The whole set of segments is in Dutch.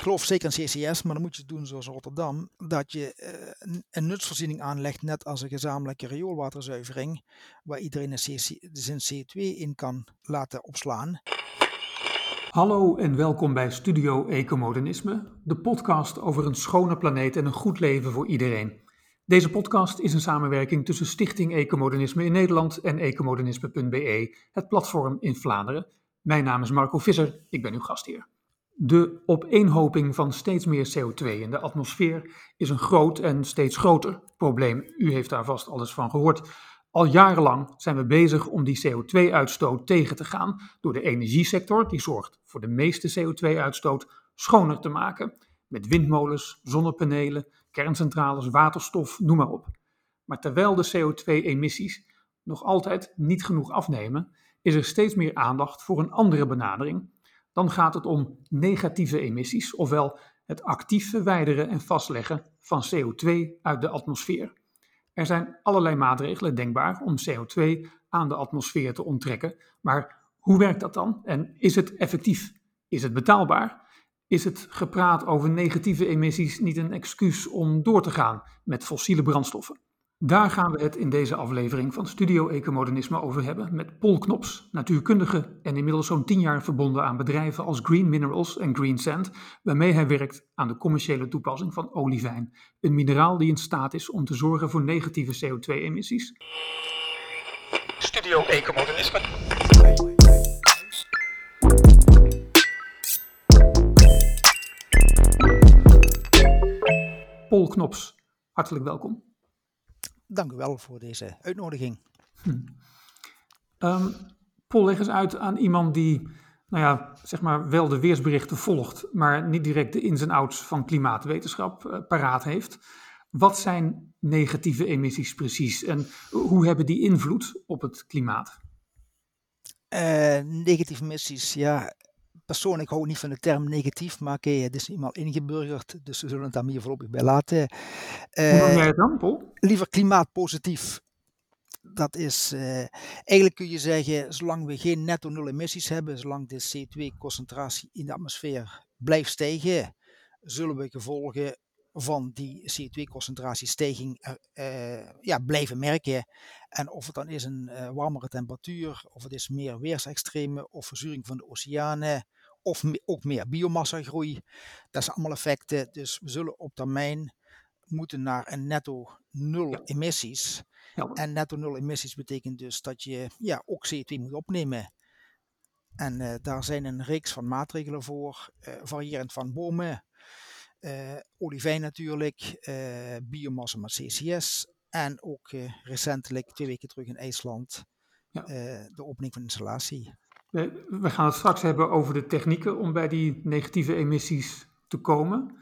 geloof zeker in CCS, maar dan moet je het doen zoals Rotterdam. Dat je een nutsvoorziening aanlegt, net als een gezamenlijke rioolwaterzuivering. Waar iedereen zijn CO2 in kan laten opslaan. Hallo en welkom bij Studio Ecomodernisme, de podcast over een schone planeet en een goed leven voor iedereen. Deze podcast is een samenwerking tussen Stichting Ecomodernisme in Nederland en ecomodernisme.be, het platform in Vlaanderen. Mijn naam is Marco Visser, ik ben uw gastheer. De opeenhoping van steeds meer CO2 in de atmosfeer is een groot en steeds groter probleem. U heeft daar vast alles van gehoord. Al jarenlang zijn we bezig om die CO2-uitstoot tegen te gaan door de energiesector, die zorgt voor de meeste CO2-uitstoot, schoner te maken. Met windmolens, zonnepanelen, kerncentrales, waterstof, noem maar op. Maar terwijl de CO2-emissies nog altijd niet genoeg afnemen, is er steeds meer aandacht voor een andere benadering. Dan gaat het om negatieve emissies, ofwel het actief verwijderen en vastleggen van CO2 uit de atmosfeer. Er zijn allerlei maatregelen denkbaar om CO2 aan de atmosfeer te onttrekken, maar hoe werkt dat dan en is het effectief? Is het betaalbaar? Is het gepraat over negatieve emissies niet een excuus om door te gaan met fossiele brandstoffen? Daar gaan we het in deze aflevering van Studio Ecomodernisme over hebben met Paul Knops, natuurkundige en inmiddels zo'n 10 jaar verbonden aan bedrijven als Green Minerals en Green Sand, waarmee hij werkt aan de commerciële toepassing van olivijn, een mineraal die in staat is om te zorgen voor negatieve CO2-emissies. Studio Ecomodernisme. Paul Knops, hartelijk welkom. Dank u wel voor deze uitnodiging. Paul, leg eens uit aan iemand die wel de weersberichten volgt, maar niet direct de ins en outs van klimaatwetenschap paraat heeft. Wat zijn negatieve emissies precies en hoe hebben die invloed op het klimaat? Negatieve emissies, ja. Persoonlijk hou ik niet van de term negatief, maar het is eenmaal ingeburgerd, dus we zullen het daar meer voorlopig bij laten. Hoe noem jij het dan, Paul? Liever klimaatpositief. Dat is, eigenlijk kun je zeggen, zolang we geen netto nul emissies hebben, zolang de CO2-concentratie in de atmosfeer blijft stijgen, zullen we gevolgen van die CO2-concentratiestijging blijven merken. En of het dan is een warmere temperatuur, of het is meer weersextremen, of verzuring van de oceanen, of ook meer biomassagroei. Dat zijn allemaal effecten. Dus we zullen op termijn moeten naar een netto nul emissies. Ja. En netto nul emissies betekent dus dat je ook CO2 moet opnemen. En daar zijn een reeks van maatregelen voor, variërend van bomen, olivijn natuurlijk, biomassa met CCS en ook recentelijk 2 weken terug in IJsland de opening van een installatie. We gaan het straks hebben over de technieken om bij die negatieve emissies te komen.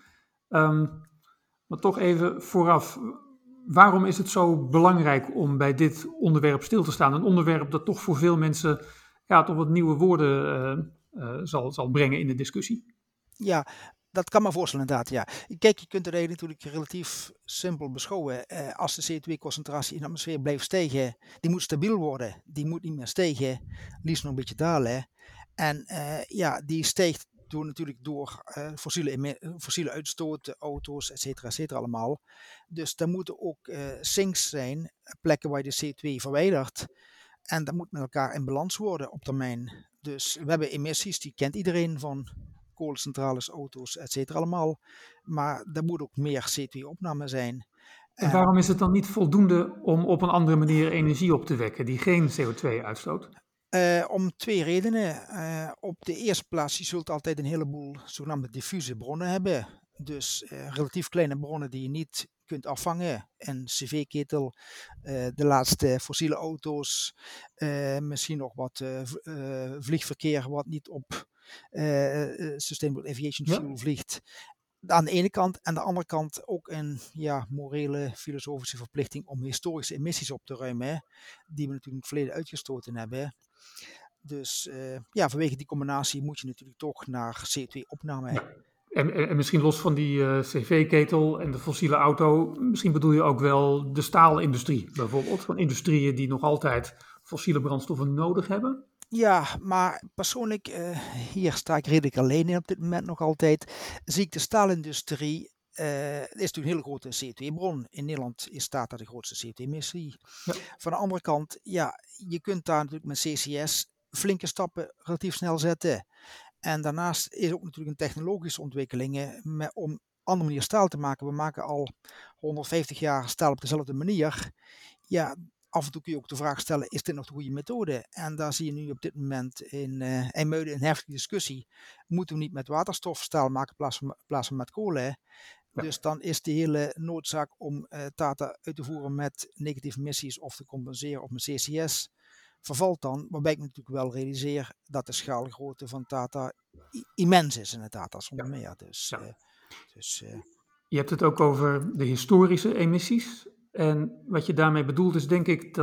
Maar toch even vooraf, waarom is het zo belangrijk om bij dit onderwerp stil te staan? Een onderwerp dat toch voor veel mensen toch wat nieuwe woorden zal brengen in de discussie. Ja, dat kan me voorstellen inderdaad, ja. Kijk, je kunt het eigenlijk natuurlijk relatief simpel beschouwen. Als de CO2-concentratie in de atmosfeer blijft stijgen, die moet stabiel worden. Die moet niet meer stijgen, liefst nog een beetje dalen. En die stijgt door fossiele uitstoot, auto's, et cetera allemaal. Dus er moeten ook sinks zijn, plekken waar je de CO2 verwijdert. En dat moet met elkaar in balans worden op termijn. Dus we hebben emissies, die kent iedereen van kolencentrales, auto's, et cetera allemaal. Maar er moet ook meer CO2-opname zijn. En waarom is het dan niet voldoende om op een andere manier energie op te wekken die geen CO2 uitstoot? Om 2 redenen. Op de eerste plaats, je zult altijd een heleboel zogenaamde diffuse bronnen hebben. Dus relatief kleine bronnen die je niet kunt afvangen. Een cv-ketel, de laatste fossiele auto's, misschien nog wat vliegverkeer wat niet op Sustainable Aviation Fuel vliegt. Aan de ene kant. En aan de andere kant ook een morele, filosofische verplichting om historische emissies op te ruimen. Die we natuurlijk in het verleden uitgestoten hebben. Dus vanwege die combinatie moet je natuurlijk toch naar CO2-opname. En misschien los van die cv-ketel en de fossiele auto, misschien bedoel je ook wel de staalindustrie bijvoorbeeld. Van industrieën die nog altijd fossiele brandstoffen nodig hebben? Ja, maar persoonlijk, hier sta ik redelijk alleen in op dit moment nog altijd. Zie ik de staalindustrie, is natuurlijk een hele grote CO2-bron. In Nederland is Tata de grootste CO2-emissie. Ja, Van de andere kant, ja, je kunt daar natuurlijk met CCS flinke stappen relatief snel zetten. En daarnaast is ook natuurlijk een technologische ontwikkelingen om een andere manier staal te maken. We maken al 150 jaar staal op dezelfde manier. Ja, af en toe kun je ook de vraag stellen, is dit nog de goede methode? En daar zie je nu op dit moment in IJmuiden een heftige discussie. Moeten we niet met waterstof staal maken in plaats van met kolen? ja. Dus dan is de hele noodzaak om Tata uit te voeren met negatieve emissies of te compenseren of met CCS vervalt dan. Waarbij ik natuurlijk wel realiseer dat de schaalgrootte van Tata immens is inderdaad, zonder Ja, meer. Dus, ja. dus Je hebt het ook over de historische emissies. En wat je daarmee bedoelt is denk ik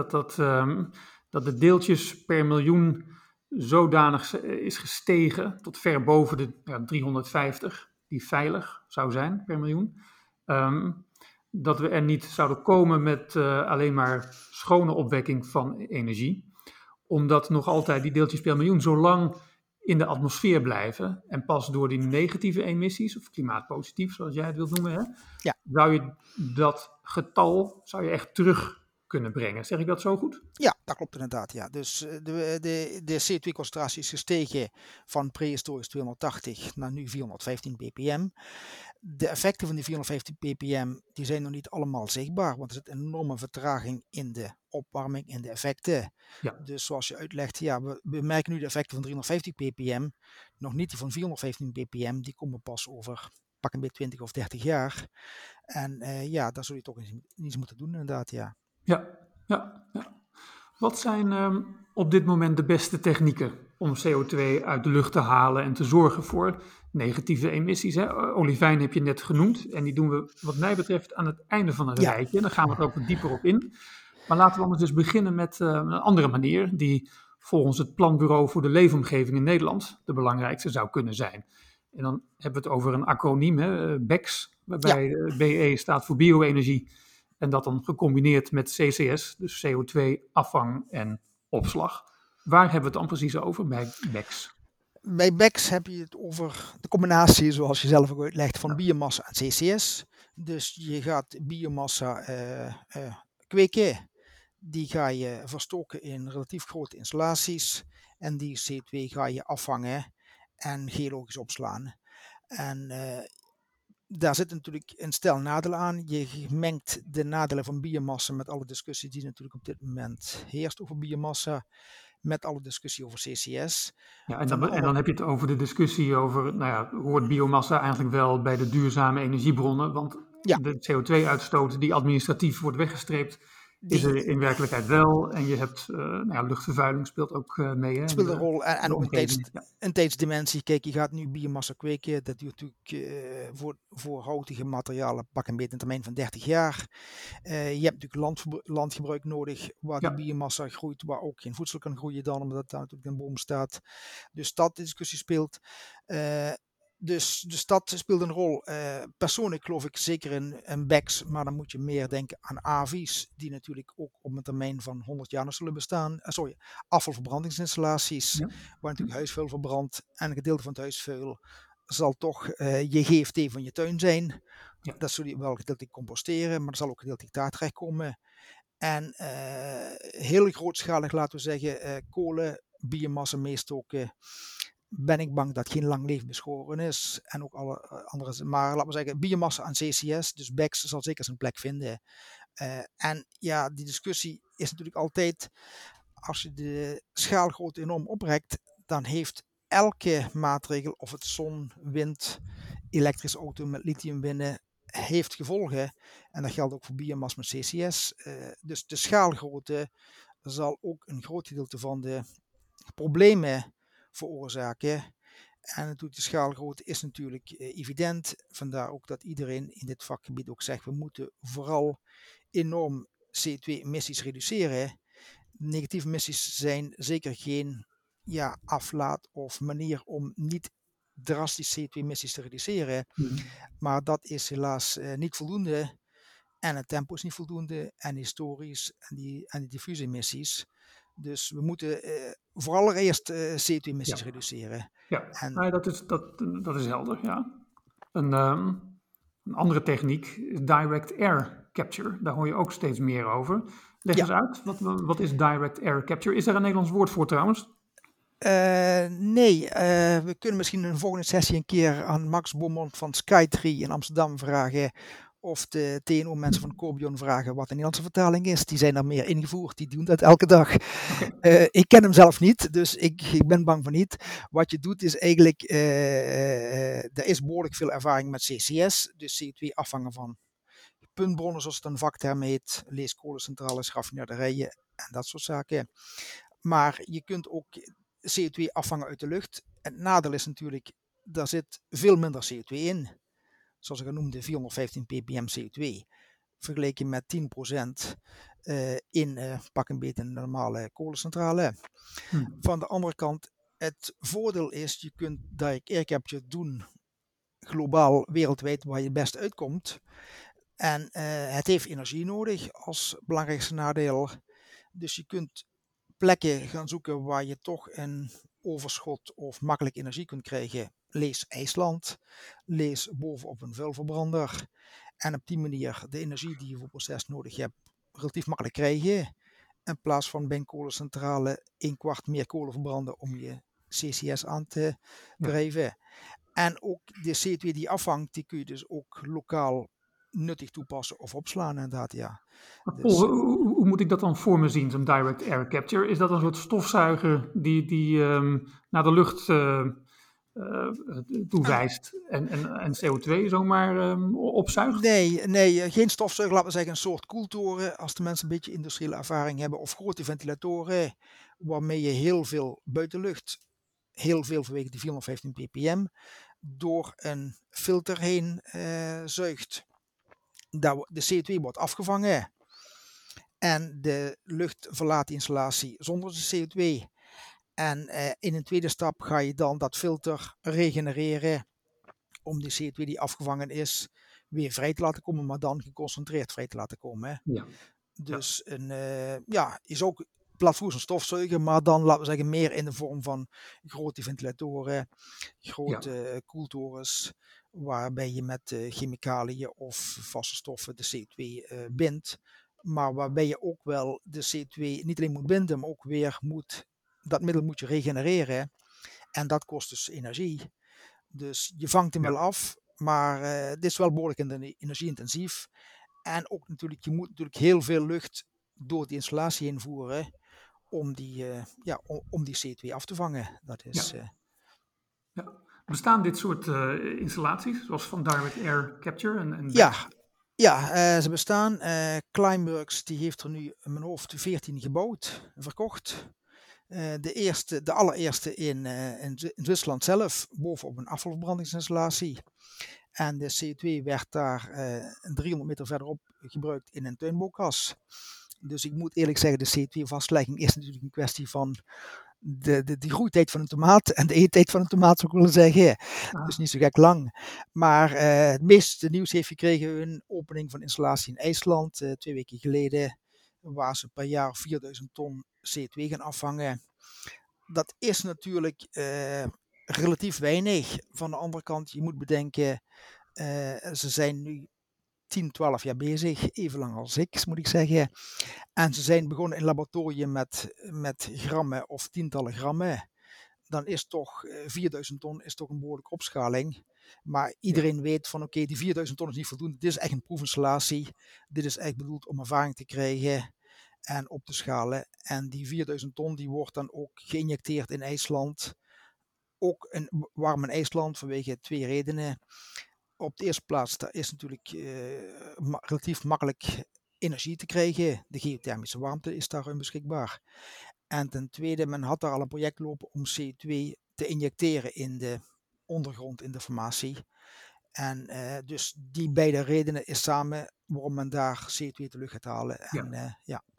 dat de deeltjes per miljoen zodanig is gestegen tot ver boven de 350, die veilig zou zijn per miljoen. Ehm, dat we er niet zouden komen met alleen maar schone opwekking van energie. Omdat nog altijd die deeltjes per miljoen zo lang in de atmosfeer blijven. En pas door die negatieve emissies, of klimaatpositief zoals jij het wilt noemen, hè, ja. zou je dat getal echt terug kunnen brengen. Zeg ik dat zo goed? Ja, dat klopt inderdaad. Ja. Dus de CO2-concentratie is gestegen van prehistorisch 280 naar nu 415 ppm. De effecten van die 415 ppm die zijn nog niet allemaal zichtbaar, want er zit een enorme vertraging in de opwarming, in de effecten. Ja, Dus zoals je uitlegt, ja, we merken nu de effecten van 350 ppm, nog niet die van 415 ppm, die komen pas over pak een beetje 20 of 30 jaar. En ja, daar zul je toch iets moeten doen inderdaad, ja. ja, ja. Ja. Wat zijn op dit moment de beste technieken om CO2 uit de lucht te halen en te zorgen voor negatieve emissies? Hè? Olivijn heb je net genoemd en die doen we wat mij betreft aan het einde van het Ja, rijtje. En daar gaan we er ook wat dieper op in. Maar laten we anders eens beginnen met een andere manier die volgens het Planbureau voor de Leefomgeving in Nederland de belangrijkste zou kunnen zijn. En dan hebben we het over een acroniem, hè, BECS, ja. waarbij BE staat voor bio-energie en dat dan gecombineerd met CCS, dus CO2-afvang en opslag. Waar hebben we het dan precies over bij BECS? Bij BECS heb je het over de combinatie, zoals je zelf ook uitlegt, van biomassa en CCS. Dus je gaat biomassa kweken, die ga je verstoken in relatief grote installaties en die CO2 ga je afvangen en geologisch opslaan. En daar zit natuurlijk een stel nadelen aan. Je mengt de nadelen van biomassa met alle discussie die natuurlijk op dit moment heerst over biomassa, met alle discussie over CCS. Ja, Van de en andere dan heb je het over de discussie over, nou ja, hoort biomassa eigenlijk wel bij de duurzame energiebronnen? Want ja, de CO2-uitstoot die administratief wordt weggestreept, is die er in werkelijkheid wel. En je hebt, nou ja, luchtvervuiling speelt ook mee hè, in speelt een rol en de ook omgeving. Ja, een tijdsdimensie. Kijk, je gaat nu biomassa kweken. Dat duurt natuurlijk voor houtige materialen pak een beetje een termijn van 30 jaar. Je hebt natuurlijk landgebruik nodig waar die ja, biomassa groeit, waar ook geen voedsel kan groeien dan, omdat daar natuurlijk een boom staat. Dus dat de discussie speelt. Uh, dus dat speelt een rol. Persoonlijk geloof ik zeker in BECS, maar dan moet je meer denken aan AVI's, die natuurlijk ook op een termijn van 100 jaar nog zullen bestaan. Sorry, afvalverbrandingsinstallaties, ja, waar natuurlijk huisvuil verbrandt. En een gedeelte van het huisvuil zal toch je GFT van je tuin zijn. ja. Dat zul je wel gedeeltelijk composteren, maar er zal ook gedeeltelijk daar terechtkomen. En heel grootschalig, laten we zeggen, kolen, biomassa meestoken, ben ik bang dat geen lang leven beschoren is. En ook alle andere, maar laten we zeggen, biomassa en CCS, dus BECS zal zeker zijn plek vinden. En ja, die discussie is natuurlijk altijd, als je de schaalgrootte enorm oprekt, dan heeft elke maatregel, of het zon, wind, elektrische auto met lithium winnen, heeft gevolgen. En dat geldt ook voor biomassa met CCS. Dus de schaalgrootte zal ook een groot gedeelte van de problemen veroorzaken. En natuurlijk de schaalgrootte is natuurlijk evident. Vandaar ook dat iedereen in dit vakgebied ook zegt, we moeten vooral enorm CO2-emissies reduceren. Negatieve emissies zijn zeker geen aflaat of manier om niet drastisch CO2-emissies te reduceren. Mhm. Maar dat is helaas niet voldoende. En het tempo is niet voldoende. En historisch en die diffuse emissies. Dus we moeten vooral eerst CO2-emissies Ja. reduceren. Ja, En nou ja, dat is helder, ja. Een andere techniek is direct air capture. Daar hoor je ook steeds meer over. Leg ja, eens uit, wat is direct air capture? Is er een Nederlands woord voor trouwens? nee, we kunnen misschien in de volgende sessie een keer aan Max Beaumont van Skytree in Amsterdam vragen. Of de TNO-mensen van Corbion vragen wat de Nederlandse vertaling is. Die zijn daar meer ingevoerd, die doen dat elke dag. Oké. Ik ken hem zelf niet, dus ik ben bang van niet. Wat je doet is eigenlijk, er is behoorlijk veel ervaring met CCS, dus CO2 afvangen van puntbronnen, zoals het een vakterm heet. Lees kolencentrales, raffinaderijen en dat soort zaken. Maar je kunt ook CO2 afvangen uit de lucht. En het nadeel is natuurlijk, daar zit veel minder CO2 in. Zoals ik al noemde, 415 ppm CO2. Vergeleken met 10% in pak een beetje een normale kolencentrale. Van de andere kant, het voordeel is, je kunt direct air capture doen globaal, wereldwijd, waar je het best uitkomt. En het heeft energie nodig als belangrijkste nadeel. Dus je kunt plekken gaan zoeken waar je toch een overschot of makkelijk energie kunt krijgen. Lees IJsland, lees bovenop een vuilverbrander. En op die manier de energie die je voor het proces nodig hebt relatief makkelijk krijgen. In plaats van bij een kolencentrale 1/4 meer kolen verbranden om je CCS aan te drijven. En ook de CO2 die je afvangt, die kun je dus ook lokaal nuttig toepassen of opslaan inderdaad, ja. Maar Paul, Dus hoe moet ik dat dan voor me zien, zo'n direct air capture? Is dat een soort stofzuiger die naar de lucht toewijst en CO2 zomaar opzuigt? nee, geen stofzuiger, laten we zeggen een soort koeltoren. Als de mensen een beetje industriële ervaring hebben. Of grote ventilatoren, waarmee je heel veel buitenlucht, heel veel vanwege die 415 ppm, door een filter heen zuigt. De CO2 wordt afgevangen. En de lucht verlaat de installatie zonder de CO2. En in een tweede stap ga je dan dat filter regenereren om de CO2 die afgevangen is weer vrij te laten komen, maar dan geconcentreerd vrij te laten komen. Hè. Ja. Dus is ook platvoer een stofzuiger, maar dan laten we zeggen meer in de vorm van grote ventilatoren, grote koeltorens, waarbij je met chemicaliën of vaste stoffen de CO2 bindt. Maar waarbij je ook wel de CO2 niet alleen moet binden, maar ook weer dat middel moet je regenereren. En dat kost dus energie. Dus je vangt hem Ja. wel af, maar het is wel behoorlijk energie-intensief. En ook natuurlijk, je moet natuurlijk heel veel lucht door die installatie heen voeren om die CO2 af te vangen. Dat is, Ja. Bestaan dit soort installaties, zoals van direct air capture en ja, ze bestaan. Climeworks die heeft er nu in mijn hoofd 14 gebouwd, verkocht. De allereerste in Zwitserland zelf, bovenop een afvalverbrandingsinstallatie. En de CO2 werd daar 300 meter verderop gebruikt in een tuinbouwkas. Dus ik moet eerlijk zeggen, de CO2-vastlegging is natuurlijk een kwestie van de groeitijd van een tomaat en de eettijd van een tomaat, zou ik willen zeggen. Dus niet zo gek lang. Maar het meeste nieuws heeft gekregen een opening van installatie in IJsland 2 weken geleden, waar ze per jaar 4000 ton CO2 gaan afvangen. Dat is natuurlijk relatief weinig. Van de andere kant, je moet bedenken, ze zijn nu 10, 12 jaar bezig, even lang als ik, moet ik zeggen. En ze zijn begonnen in laboratorium met grammen of tientallen grammen. Dan is toch 4000 ton is toch een behoorlijke opschaling. Maar iedereen weet van oké, die 4000 ton is niet voldoende. Dit is echt een proefinstallatie. Dit is echt bedoeld om ervaring te krijgen en op te schalen. En die 4000 ton die wordt dan ook geïnjecteerd in IJsland. Waarom in IJsland? Vanwege 2 redenen. Op de eerste plaats, daar is natuurlijk relatief makkelijk energie te krijgen. De geothermische warmte is daar beschikbaar. En ten tweede, men had daar al een project lopen om CO2 te injecteren in de ondergrond, in de formatie. En dus die beide redenen is samen waarom men daar CO2 uit de lucht gaat halen. En,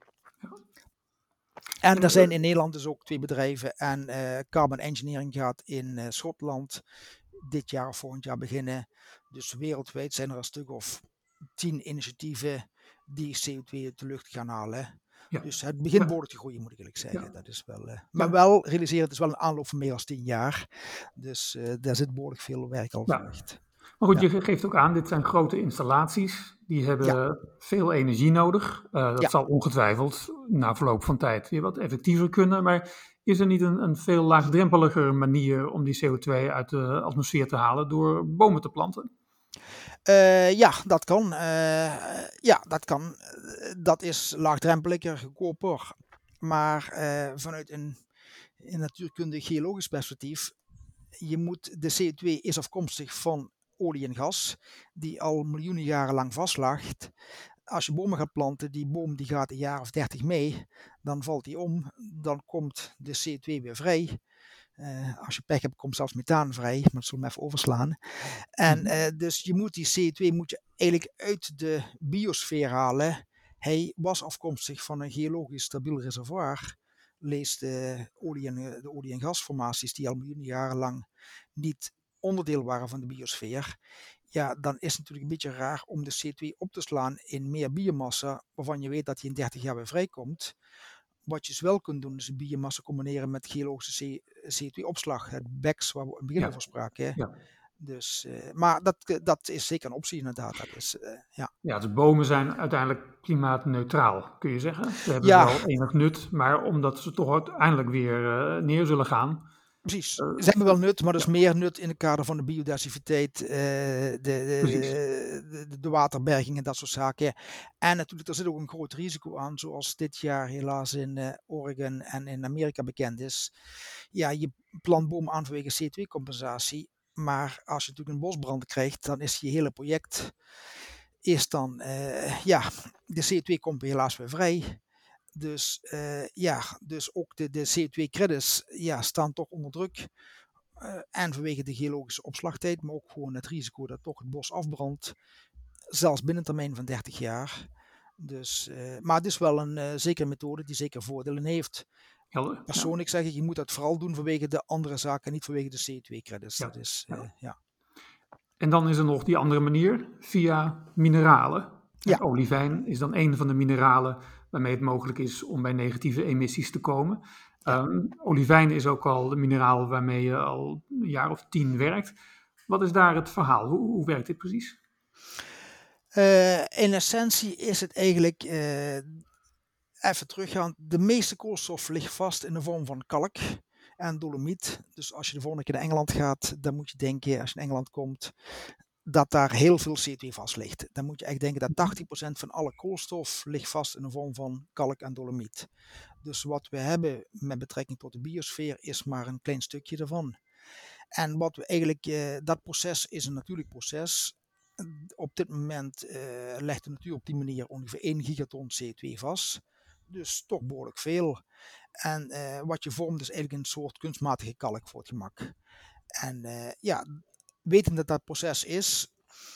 En er zijn in Nederland dus ook 2 bedrijven. En Carbon Engineering gaat in Schotland dit jaar of volgend jaar beginnen. Dus wereldwijd zijn er een stuk of 10 initiatieven die CO2 uit de lucht gaan halen. Ja. Dus het begint Ja. behoorlijk te groeien, moet ik eerlijk zeggen. Ja. Dat is wel, maar wel realiseren, het is wel een aanloop van meer dan 10 jaar. Dus daar zit behoorlijk veel werk al Ja. verricht. Maar goed, Ja. je geeft ook aan, dit zijn grote installaties. Die Ja. hebben veel energie nodig. Dat Ja. zal ongetwijfeld na verloop van tijd weer wat effectiever kunnen. Maar is er niet een veel laagdrempeliger manier om die CO2 uit de atmosfeer te halen door bomen te planten? Ja, dat kan. Ja, dat kan. Dat is laagdrempeliger, goedkoper. Maar vanuit een natuurkundig geologisch perspectief, de CO2 is afkomstig van olie en gas, die al miljoenen jaren lang vastlag. Als je bomen gaat planten, die boom die gaat een jaar of 30 mee, dan valt die om, dan komt de CO2 weer vrij. Als je pech hebt, komt zelfs methaan vrij, maar dat zullen we even overslaan. En dus je moet die CO2 moet je eigenlijk uit de biosfeer halen. Hij was afkomstig van een geologisch stabiel reservoir. Lees de olie- en gasformaties die al miljoenen jaren lang niet onderdeel waren van de biosfeer. Ja, dan is het natuurlijk een beetje raar om de CO2 op te slaan in meer biomassa, waarvan je weet dat die in 30 jaar weer vrijkomt. Wat je dus wel kunt doen, is de biomassa combineren met geologische CO2-opslag. Het BECS, waar we in het begin Ja. over spraken. Hè. Ja. Dus, maar dat is zeker een optie inderdaad. Dat is, ja. Ja, dus bomen zijn uiteindelijk klimaatneutraal, kun je zeggen. Ze hebben Ja, wel enig nut, maar omdat ze toch uiteindelijk weer neer zullen gaan. precies. eh, Ze hebben wel nut, maar dat is ja, meer nut in het kader van de biodiversiteit, precies. de waterberging en dat soort zaken. En natuurlijk, er zit ook een groot risico aan, zoals dit jaar helaas in Oregon en in Amerika bekend is. Ja, je plant bomen aan vanwege CO2-compensatie, maar als je natuurlijk een bosbrand krijgt, dan is je hele project is dan, ja, de CO2 komt helaas weer vrij. Dus ja, dus ook de CO2-credits ja, staan toch onder druk. En vanwege de geologische opslagtijd, maar ook gewoon het risico dat toch het bos afbrandt. Zelfs binnen een termijn van 30 jaar. Dus, maar het is wel een zekere methode die zeker voordelen heeft. Helder. Ja, Persoonlijk zeg ik, je moet dat vooral doen vanwege de andere zaken, niet vanwege de CO2-credits. ja, Dat is, ja. ja. En dan is er nog die andere manier, via mineralen. Ja, En olivijn is dan een van de mineralen waarmee het mogelijk is om bij negatieve emissies te komen. ja. Olivijn is ook al de mineraal waarmee je al een jaar of 10 werkt. Wat is daar het verhaal? Hoe werkt dit precies? In essentie is het eigenlijk, even teruggaan, de meeste koolstof ligt vast in de vorm van kalk en dolomiet. Dus als je de volgende keer naar Engeland gaat, dan moet je denken, als je in Engeland komt, dat daar heel veel CO2 vast ligt. Dan moet je echt denken dat 80% van alle koolstof ligt vast in de vorm van kalk en dolomiet. Dus wat we hebben met betrekking tot de biosfeer is maar een klein stukje daarvan. En wat we eigenlijk, dat proces is een natuurlijk proces. Op dit moment legt de natuur op die manier ongeveer 1 gigaton CO2 vast. Dus toch behoorlijk veel. En wat je vormt is eigenlijk een soort kunstmatige kalk voor het gemak. En ja, wetend dat dat proces is,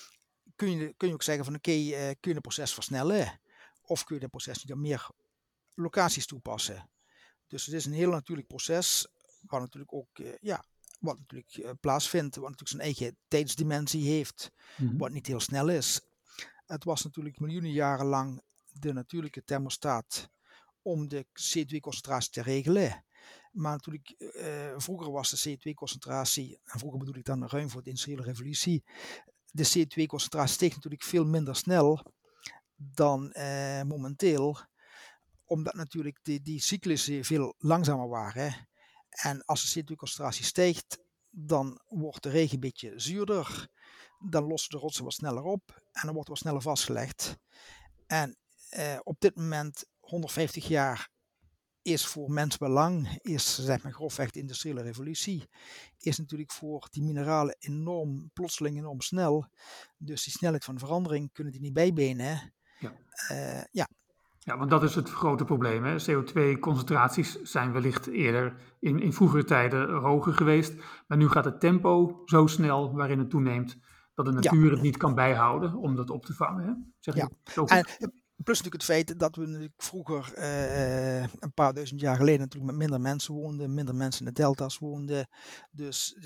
kun je ook zeggen van oké, kun je het proces versnellen? Of kun je dat proces niet op meer locaties toepassen? Dus het is een heel natuurlijk proces, waar natuurlijk ook, ja, wat natuurlijk plaatsvindt, wat natuurlijk zijn eigen tijdsdimensie heeft, wat niet heel snel is. Het was natuurlijk miljoenen jaren lang de natuurlijke thermostaat om de CO2-concentratie te regelen. Maar natuurlijk, vroeger was de CO2-concentratie, en vroeger bedoel ik dan ruim voor de industriële revolutie, de CO2-concentratie steeg natuurlijk veel minder snel dan momenteel, omdat natuurlijk die cyclussen veel langzamer waren. En als de CO2-concentratie stijgt, dan wordt de regen een beetje zuurder. Dan lossen de rotsen wat sneller op en dan wordt het wat sneller vastgelegd. En op dit moment, 150 jaar, is voor mensbelang, is zeg maar grofweg de industriële revolutie, is natuurlijk voor die mineralen plotseling enorm snel. Dus die snelheid van verandering kunnen die niet bijbenen. Ja. Ja. Ja, want dat is het grote probleem. Hè? CO2-concentraties zijn wellicht eerder in vroegere tijden hoger geweest. Maar nu gaat het tempo zo snel waarin het toeneemt dat de Ja, natuur het niet kan bijhouden om dat op te vangen. Hè? Zeg ja. ik zo En goed? plus natuurlijk het feit dat we natuurlijk vroeger, een paar duizend jaar geleden, natuurlijk met minder mensen woonden, minder mensen in de delta's woonden. Dus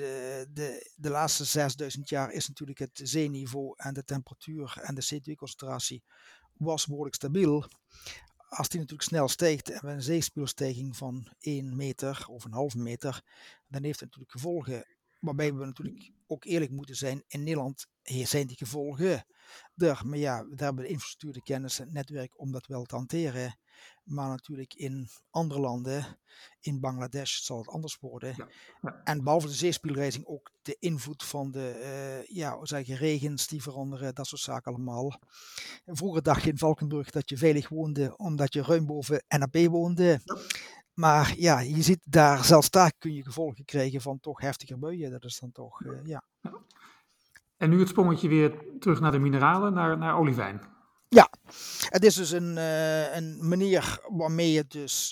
de laatste 6000 jaar is natuurlijk het zeeniveau en de temperatuur en de CO2-concentratie was behoorlijk stabiel. als die natuurlijk snel stijgt en we een zeespiegelstijging van 1 meter of een halve meter, dan heeft het natuurlijk gevolgen. Waarbij we natuurlijk ook eerlijk moeten zijn, in Nederland zijn die gevolgen er. Maar ja, daar hebben we de infrastructuur, de kennis, het netwerk om dat wel te hanteren. Maar natuurlijk in andere landen, in Bangladesh zal het anders worden. Ja. Ja. En behalve de zeespiegelrijzing ook de invloed van de regens die veranderen, dat soort zaken allemaal. Vroeger dacht je in Valkenburg dat je veilig woonde omdat je ruim boven NAP woonde. Ja. Maar ja, je ziet daar, zelfs daar kun je gevolgen krijgen van toch heftiger buien. Dat is dan toch, ja. En nu het sprongetje weer terug naar de mineralen, naar olivijn. Ja, het is dus een manier waarmee je dus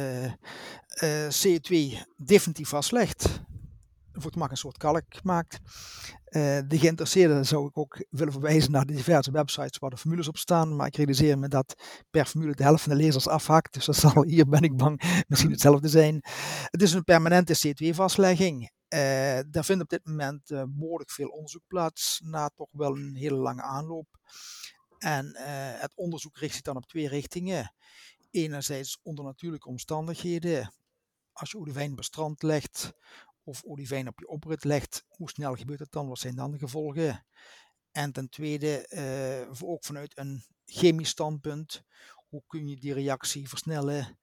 CO2 definitief vastlegt. Voor het een soort kalk maakt. De geïnteresseerden zou ik ook willen verwijzen naar de diverse websites waar de formules op staan. Maar ik realiseer me dat per formule de helft van de lezers afhaakt. Dus dat zal hier, ben ik bang, misschien hetzelfde zijn. Het is een permanente CO2-vastlegging. Daar vindt op dit moment behoorlijk veel onderzoek plaats. Na toch wel een hele lange aanloop. En het onderzoek richt zich dan op 2 richtingen. Enerzijds onder natuurlijke omstandigheden. Als je olivijn op het strand legt of olivijn op je oprit legt, hoe snel gebeurt het dan? Wat zijn dan de gevolgen? En ten tweede, ook vanuit een chemisch standpunt, hoe kun je die reactie versnellen?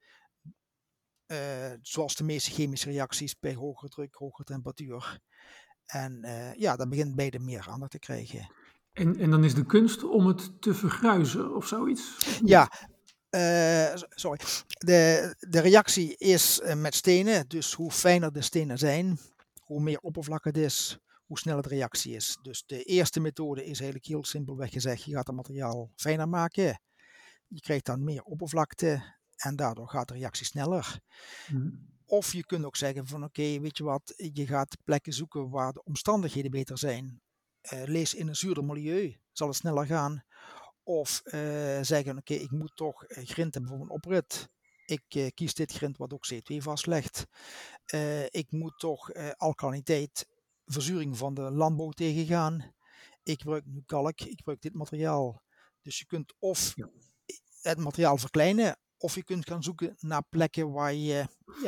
Zoals de meeste chemische reacties bij hogere druk, hogere temperatuur. En dat begint beide meer aandacht te krijgen. En dan is de kunst om het te vergruizen of zoiets? Ja, sorry. De reactie is met stenen, dus hoe fijner de stenen zijn, hoe meer oppervlak het is, hoe sneller de reactie is. Dus de eerste methode is eigenlijk heel simpelweg gezegd, je gaat het materiaal fijner maken. Je krijgt dan meer oppervlakte en daardoor gaat de reactie sneller. Of je kunt ook zeggen van oké, weet je wat, je gaat plekken zoeken waar de omstandigheden beter zijn. Lees in een zuurder milieu, zal het sneller gaan. Of zeggen, oké, ik moet toch grind hebben voor een oprit. Ik kies dit grind wat ook CO2 vastlegt. Ik moet toch alkaliteit, verzuring van de landbouw tegengaan. Ik gebruik nu kalk, ik gebruik dit materiaal. Dus je kunt of het materiaal verkleinen, of je kunt gaan zoeken naar plekken waar je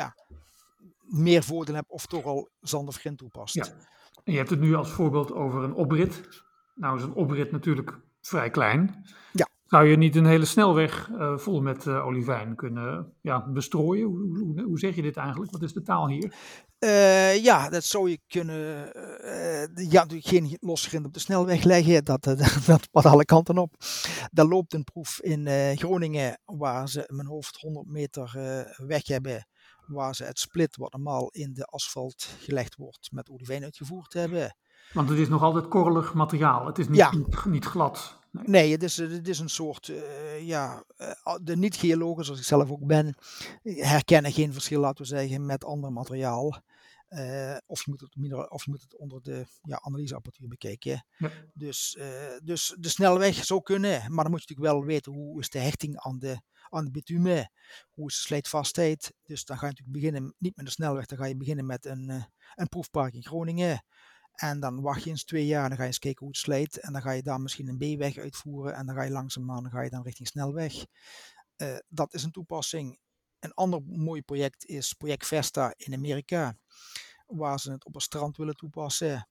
meer voordeel hebt of toch al zand of grind toepast. Ja. En je hebt het nu als voorbeeld over een oprit. Nou is een oprit natuurlijk vrij klein. Ja. Zou je niet een hele snelweg vol met olivijn kunnen bestrooien? Hoe zeg je dit eigenlijk? Wat is de taal hier? Dat zou je kunnen. Natuurlijk geen los grind op de snelweg leggen. Dat past alle kanten op. Daar loopt een proef in Groningen waar ze in mijn hoofd 100 meter weg hebben. Waar ze het split wat normaal in de asfalt gelegd wordt met olivijn uitgevoerd hebben. Want het is nog altijd korrelig materiaal. Het is niet glad. Nee, het is een soort, de niet-geologen, zoals ik zelf ook ben, herkennen geen verschil, laten we zeggen, met ander materiaal. Of je moet het onder de analyseapparatuur bekijken. Ja. Dus de snelweg zou kunnen, maar dan moet je natuurlijk wel weten hoe is de hechting aan de bitumen, hoe is de slijtvastheid. Dus dan ga je natuurlijk beginnen, niet met de snelweg, dan ga je beginnen met een proefpark in Groningen. En dan wacht je eens 2 jaar en dan ga je eens kijken hoe het slijt. En dan ga je daar misschien een B-weg uitvoeren. En dan ga je langzaamaan richting snelweg. Dat is een toepassing. Een ander mooi project is project Vesta in Amerika. Waar ze het op een strand willen toepassen.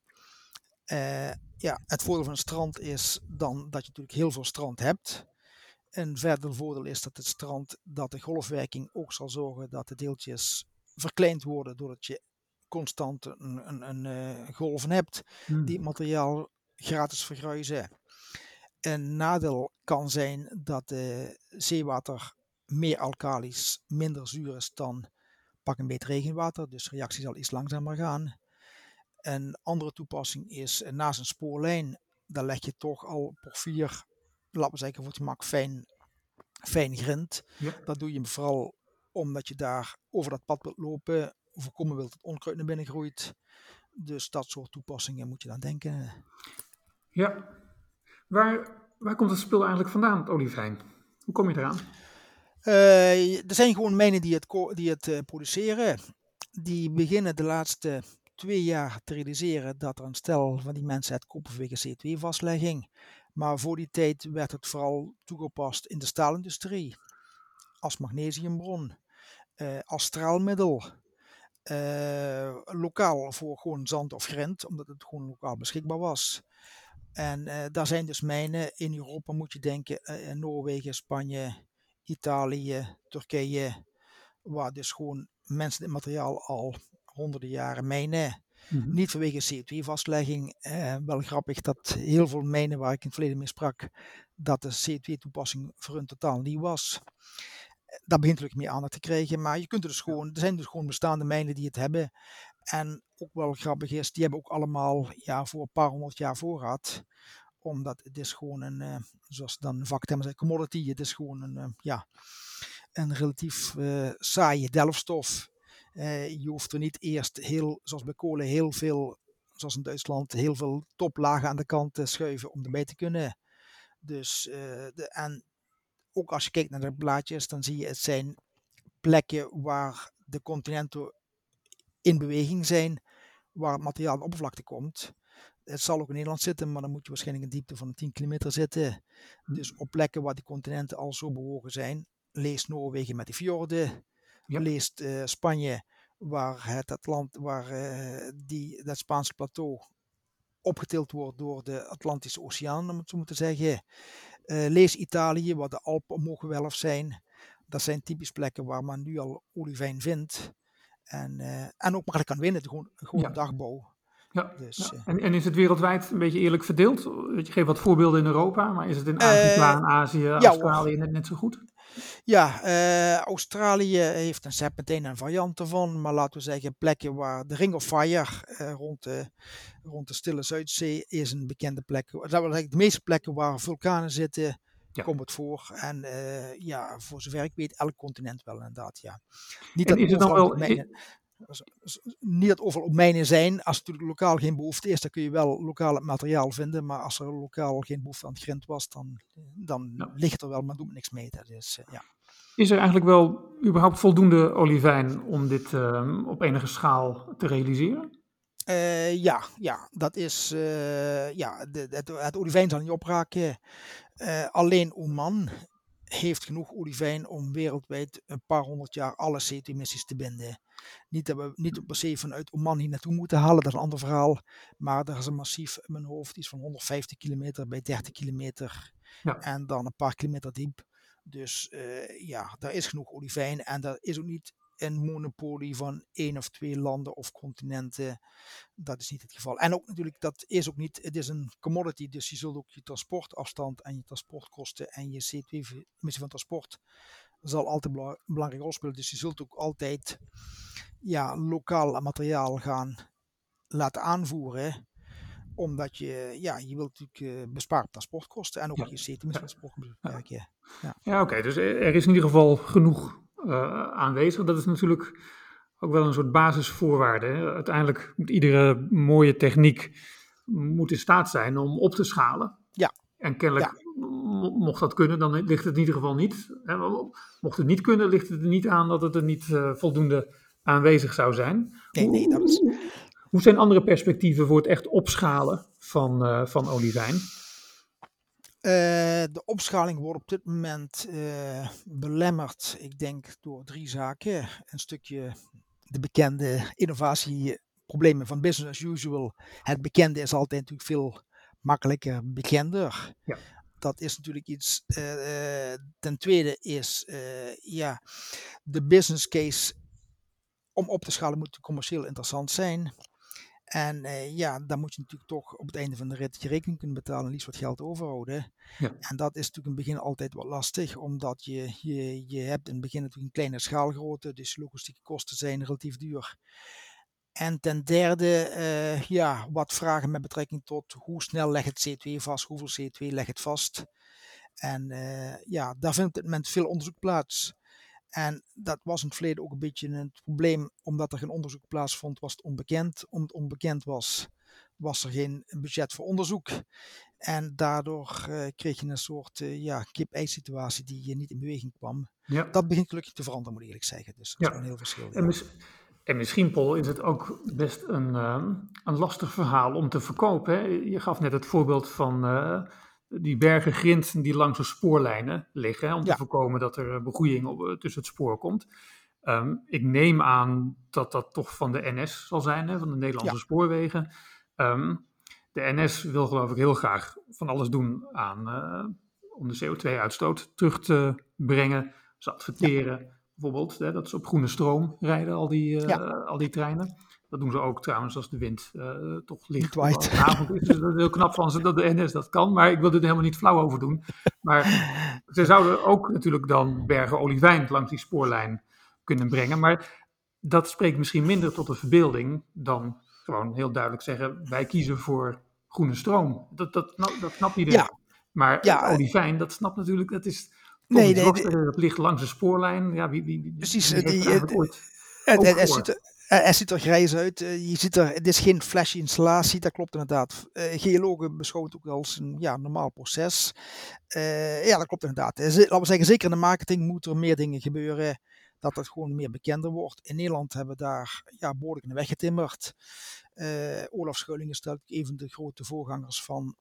Het voordeel van een strand is dan dat je natuurlijk heel veel strand hebt. Een verder voordeel is dat de golfwerking ook zal zorgen dat de deeltjes verkleind worden. Doordat je constant een golven hebt die het materiaal gratis vergruizen. Een nadeel kan zijn dat zeewater meer alkalisch, minder zuur is dan pak een beetje regenwater. Dus de reactie zal iets langzamer gaan. Een andere toepassing is naast een spoorlijn, daar leg je toch al porfier, laten we zeggen voor het gemak, fijn grind. Ja. Dat doe je vooral omdat je daar over dat pad wilt lopen, voorkomen wilt dat onkruid naar binnen groeit. Dus dat soort toepassingen moet je dan denken. Ja, waar komt het spul eigenlijk vandaan, het olivijn? Hoe kom je eraan? Er zijn gewoon mijnen die het produceren. Die beginnen de laatste 2 jaar te realiseren dat er een stel van die mensen het kopen vanwege CO2-vastlegging. Maar voor die tijd werd het vooral toegepast in de staalindustrie. als magnesiumbron, als straalmiddel, lokaal voor gewoon zand of grind, omdat het gewoon lokaal beschikbaar was. En daar zijn dus mijnen in Europa, moet je denken, Noorwegen, Spanje, Italië, Turkije, waar dus gewoon mensen dit materiaal al honderden jaren mijnen. Mhm. Niet vanwege CO2-vastlegging. Wel grappig dat heel veel mijnen waar ik in het verleden mee sprak, dat de CO2-toepassing voor hun totaal nieuw was. Dat begint natuurlijk meer aandacht te krijgen, maar je kunt er zijn dus gewoon bestaande mijnen die het hebben. En ook wel grappig is, die hebben ook allemaal voor een paar honderd jaar voorraad. Omdat het is gewoon zoals dan een vakterm zegt, commodity. Het is gewoon een relatief saaie delfstof. Je hoeft er niet eerst zoals bij kolen, heel veel, zoals in Duitsland, heel veel toplagen aan de kant te schuiven om erbij te kunnen. Dus, en ook als je kijkt naar de blaadjes, dan zie je het zijn plekken waar de continenten in beweging zijn, waar het materiaal aan de oppervlakte komt. Het zal ook in Nederland zitten, maar dan moet je waarschijnlijk een diepte van 10 kilometer zitten. Dus op plekken waar die continenten al zo bewogen zijn, lees Noorwegen met die fjorden, leest Spanje, waar dat Spaanse plateau opgetild wordt door de Atlantische Oceaan, om het zo maar te zeggen. Lees Italië, waar de Alpen omhoog zijn. Dat zijn typisch plekken waar men nu al olivijn vindt. En ook makkelijk kan winnen, gewoon dagbouw. Ja, dus, En is het wereldwijd een beetje eerlijk verdeeld? Je geeft wat voorbeelden in Europa, maar is het in Afrika en Azië, Australië net zo goed? Ja, Australië heeft meteen een variant ervan, maar laten we zeggen plekken waar de Ring of Fire rond de Stille Zuidzee is een bekende plek. Dat wil zeggen, de meeste plekken waar vulkanen zitten, komt het voor. En voor zover ik weet, elk continent wel inderdaad, ja. Niet dat overal op mijnen zijn. Als er natuurlijk lokaal geen behoefte is, dan kun je wel lokaal het materiaal vinden. Maar als er lokaal geen behoefte aan het grind was, dan ligt het er wel, maar doet er niks mee. Dus, Is er eigenlijk wel überhaupt voldoende olivijn om dit op enige schaal te realiseren? Dat is... het olivijn zal niet opraken. Alleen Oman heeft genoeg olivijn om wereldwijd een paar honderd jaar alle CO2-emissies te binden. Niet dat we niet per se vanuit Oman hier naartoe moeten halen, dat is een ander verhaal. Maar er is een massief in mijn hoofd, iets van 150 kilometer bij 30 kilometer. En dan een paar kilometer diep. Dus daar is genoeg olivijn. En er is ook niet een monopolie van 1 of 2 landen of continenten. Dat is niet het geval. En ook natuurlijk, het is een commodity, dus je zult ook je transportafstand en je transportkosten en je CO2-emissie van transport zal altijd een belangrijke rol spelen. Dus je zult ook altijd lokaal materiaal gaan laten aanvoeren, omdat je wilt natuurlijk besparen transportkosten en ook je CO2-emissie van transport beperken. Oké, dus er is in ieder geval genoeg aanwezig. Dat is natuurlijk ook wel een soort basisvoorwaarde. Hè? Uiteindelijk moet iedere mooie techniek in staat zijn om op te schalen. Ja. En kennelijk, mocht dat kunnen, dan ligt het in ieder geval niet. Hè? Mocht het niet kunnen, ligt het er niet aan dat het er niet voldoende aanwezig zou zijn. Nee, dat is... Hoe zijn andere perspectieven voor het echt opschalen van olivijn? De opschaling wordt op dit moment belemmerd, ik denk, door 3 zaken. Een stukje de bekende innovatieproblemen van business as usual. Het bekende is altijd natuurlijk veel makkelijker bekender. Ja. Dat is natuurlijk iets. Ten tweede is de business case om op te schalen moet commercieel interessant zijn. En dan moet je natuurlijk toch op het einde van de rit je rekening kunnen betalen en liefst wat geld overhouden. Ja. En dat is natuurlijk in het begin altijd wat lastig, omdat je hebt in het begin natuurlijk een kleine schaalgrootte, dus logistieke kosten zijn relatief duur. En ten derde, wat vragen met betrekking tot hoe snel legt het CO2 vast, hoeveel CO2 legt het vast. En daar vindt op dit moment veel onderzoek plaats. En dat was in het verleden ook een beetje het probleem, omdat er geen onderzoek plaatsvond, was het onbekend. Omdat het onbekend was, was er geen budget voor onderzoek. En daardoor kreeg je een soort kip-ei situatie die niet in beweging kwam. Ja. Dat begint gelukkig te veranderen, moet ik eerlijk zeggen. Dus dat is een heel verschil. En misschien, Paul, is het ook best een lastig verhaal om te verkopen. Hè? Je gaf net het voorbeeld van die bergen grind die langs de spoorlijnen liggen, hè, om te Ja. voorkomen dat er begroeiing tussen het spoor komt. Ik neem aan dat dat toch van de NS zal zijn, hè, van de Nederlandse spoorwegen. De NS wil geloof ik heel graag van alles doen om de CO2-uitstoot terug te brengen. Ze adverteren bijvoorbeeld, hè, dat ze op groene stroom rijden, al die treinen. Dat doen ze ook trouwens als de wind toch Niet licht waait. op de avond is. Dus dat is heel knap van ze dat de NS dat kan. Maar ik wil er helemaal niet flauw over doen. Maar ze zouden ook natuurlijk dan bergen olivijn langs die spoorlijn kunnen brengen. Maar dat spreekt misschien minder tot de verbeelding dan gewoon heel duidelijk zeggen: wij kiezen voor groene stroom. Dat snapt iedereen. Ja. Maar olivijn, dat snapt natuurlijk, dat is toch Nee, iets wachter, dat ligt langs de spoorlijn. Ja, wie precies. heeft er eigenlijk ooit Het ziet er grijs uit. Je ziet het is geen flashy installatie, dat klopt inderdaad. Geologen beschouwen het ook als een normaal proces. Ja, dat klopt inderdaad. Laten we zeggen, zeker in de marketing moeten er meer dingen gebeuren. Dat het gewoon meer bekender wordt. In Nederland hebben we daar behoorlijk in de weg getimmerd. Olaf Schuiling is natuurlijk een van de grote voorgangers van.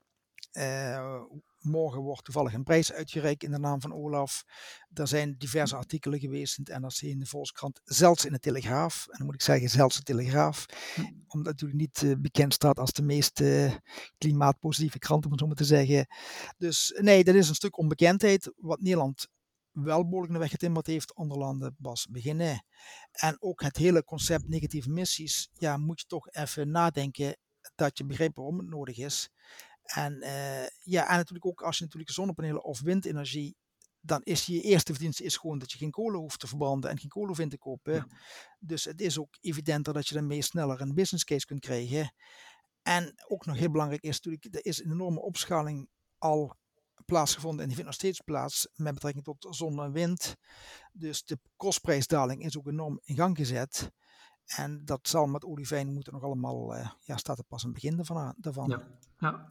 Morgen wordt toevallig een prijs uitgereikt in de naam van Olaf. Er zijn diverse artikelen geweest in het NRC, in de Volkskrant, zelfs in de Telegraaf. En dan moet ik zeggen, zelfs de Telegraaf. Omdat het natuurlijk niet bekend staat als de meest klimaatpositieve krant, om het zo maar te zeggen. Dus nee, dat is een stuk onbekendheid. Wat Nederland wel behoorlijk in de weg getimmerd heeft, andere landen pas beginnen. En ook het hele concept negatieve emissies, moet je toch even nadenken dat je begrijpt waarom het nodig is. En natuurlijk ook als je natuurlijk zonnepanelen of windenergie, dan is je eerste verdienste gewoon dat je geen kolen hoeft te verbranden en geen kolen hoeft in te kopen. Ja. Dus het is ook evidenter dat je daarmee sneller een business case kunt krijgen. En ook nog heel belangrijk is natuurlijk, er is een enorme opschaling al plaatsgevonden en die vindt nog steeds plaats met betrekking tot zon en wind. Dus de kostprijsdaling is ook enorm in gang gezet. En dat zal met olivijn moeten nog allemaal, staat er pas een begin daarvan. Ja.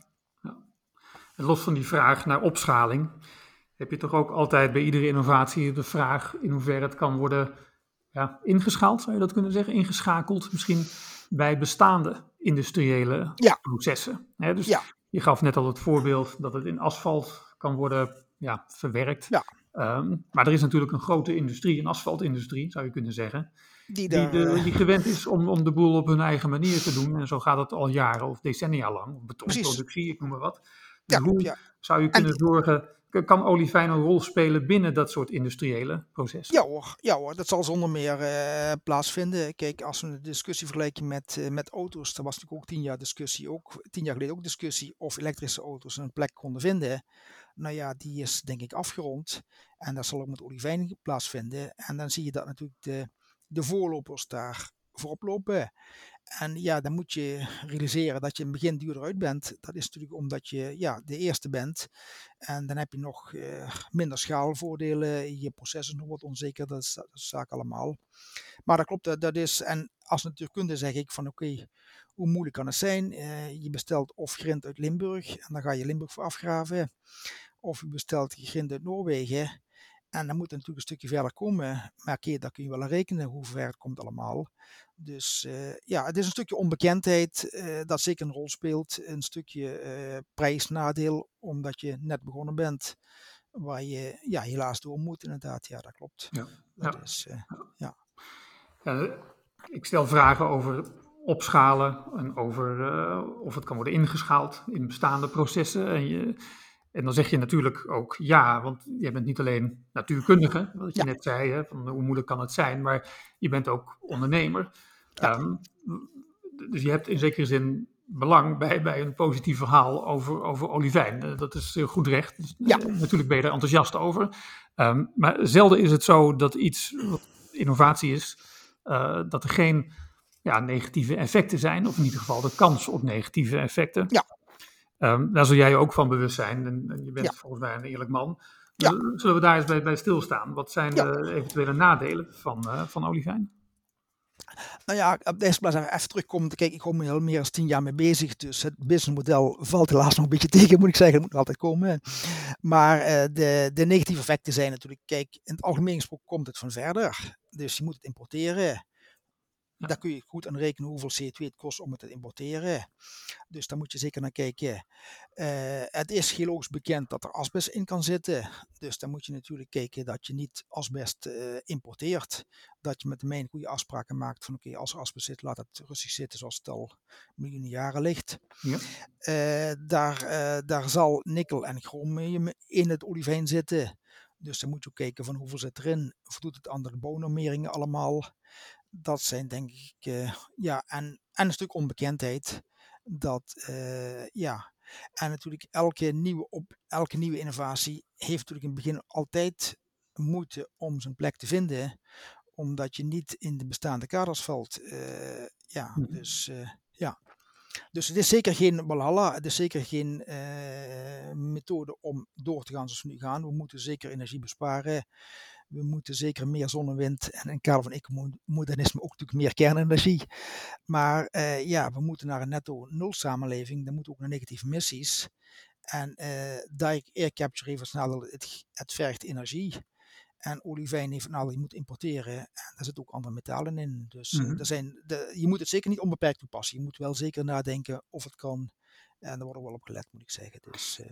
En los van die vraag naar opschaling, heb je toch ook altijd bij iedere innovatie de vraag in hoeverre het kan worden ingeschaald, zou je dat kunnen zeggen? Ingeschakeld misschien bij bestaande industriële processen. Dus je gaf net al het voorbeeld dat het in asfalt kan worden verwerkt. Ja. Maar er is natuurlijk een grote industrie, een asfaltindustrie zou je kunnen zeggen, die gewend is om de boel op hun eigen manier te doen. En zo gaat het al jaren of decennia lang. Betonproductie, ik noem maar wat. Dus hoe zou je kunnen zorgen, kan olivijn een rol spelen binnen dat soort industriële processen? Ja hoor, dat zal zonder meer plaatsvinden. Kijk, als we de discussie vergelijken met auto's, er was natuurlijk ook 10 jaar geleden ook discussie of elektrische auto's een plek konden vinden. Nou ja, die is denk ik afgerond. En dat zal ook met olivijn plaatsvinden. En dan zie je dat natuurlijk de voorlopers daar voorop lopen. En dan moet je realiseren dat je in het begin duurder uit bent. Dat is natuurlijk omdat je de eerste bent. En dan heb je nog minder schaalvoordelen. Je proces is nog wat onzeker. Dat is zaak allemaal. Maar dat klopt. Dat is, en als natuurkunde zeg ik van oké, hoe moeilijk kan het zijn? Je bestelt of grind uit Limburg. En dan ga je Limburg voor afgraven. Of je bestelt grind uit Noorwegen. En dan moet het natuurlijk een stukje verder komen. Maar oké, daar kun je wel aan rekenen hoe ver het komt allemaal. Dus het is een stukje onbekendheid dat zeker een rol speelt. Een stukje prijsnadeel, omdat je net begonnen bent. Waar je helaas door moet inderdaad. Ja, dat klopt. Ik stel vragen over opschalen en over of het kan worden ingeschaald in bestaande processen. En dan zeg je natuurlijk ook want je bent niet alleen natuurkundige, wat je net zei, hè, van hoe moeilijk kan het zijn, maar je bent ook ondernemer. Dus je hebt in zekere zin belang bij een positief verhaal over olivijn. Dat is heel goed recht. Dus, natuurlijk ben je er enthousiast over. Maar zelden is het zo dat iets wat innovatie is, dat er geen negatieve effecten zijn, of in ieder geval de kans op negatieve effecten. Ja. Daar zul jij je ook van bewust zijn. En je bent volgens mij een eerlijk man. Zullen we daar eens bij stilstaan? Wat zijn de eventuele nadelen van olivijn? Nou ja, op deze plaats even terugkomen. Kijk, ik kom er al meer dan 10 jaar mee bezig. Dus het businessmodel valt helaas nog een beetje tegen, moet ik zeggen. Dat moet nog altijd komen. Maar de negatieve effecten zijn natuurlijk... Kijk, in het algemeen gesproken komt het van verder. Dus je moet het importeren. Daar kun je goed aan rekenen hoeveel CO2 het kost om het te importeren. Dus daar moet je zeker naar kijken. Het is geologisch bekend dat er asbest in kan zitten. Dus dan moet je natuurlijk kijken dat je niet asbest importeert. Dat je met de mijn goede afspraken maakt van oké, als er asbest zit, laat het rustig zitten zoals het al miljoenen jaren ligt. Ja. Daar zal nikkel en chromium in het olivijn zitten. Dus dan moet je ook kijken van hoeveel zit erin. Voldoet het aan de bouwnormeringen allemaal? Dat zijn denk ik, en een stuk onbekendheid. En natuurlijk elke nieuwe innovatie heeft natuurlijk in het begin altijd moeite om zijn plek te vinden. Omdat je niet in de bestaande kaders valt. Dus het is zeker geen walhalla, het is zeker geen methode om door te gaan zoals we nu gaan. We moeten zeker energie besparen. We moeten zeker meer zon en wind en in het kader van ecomodernisme ook natuurlijk meer kernenergie. Maar we moeten naar een netto nul samenleving. Dan moeten we ook naar negatieve emissies. En direct air capture heeft als nadeel, het vergt energie. En olivijn heeft een nadeel, je moet importeren. En daar zitten ook andere metalen in. Dus je moet het zeker niet onbeperkt toepassen. Je moet wel zeker nadenken of het kan. En daar wordt ook wel op gelet, moet ik zeggen. Dus,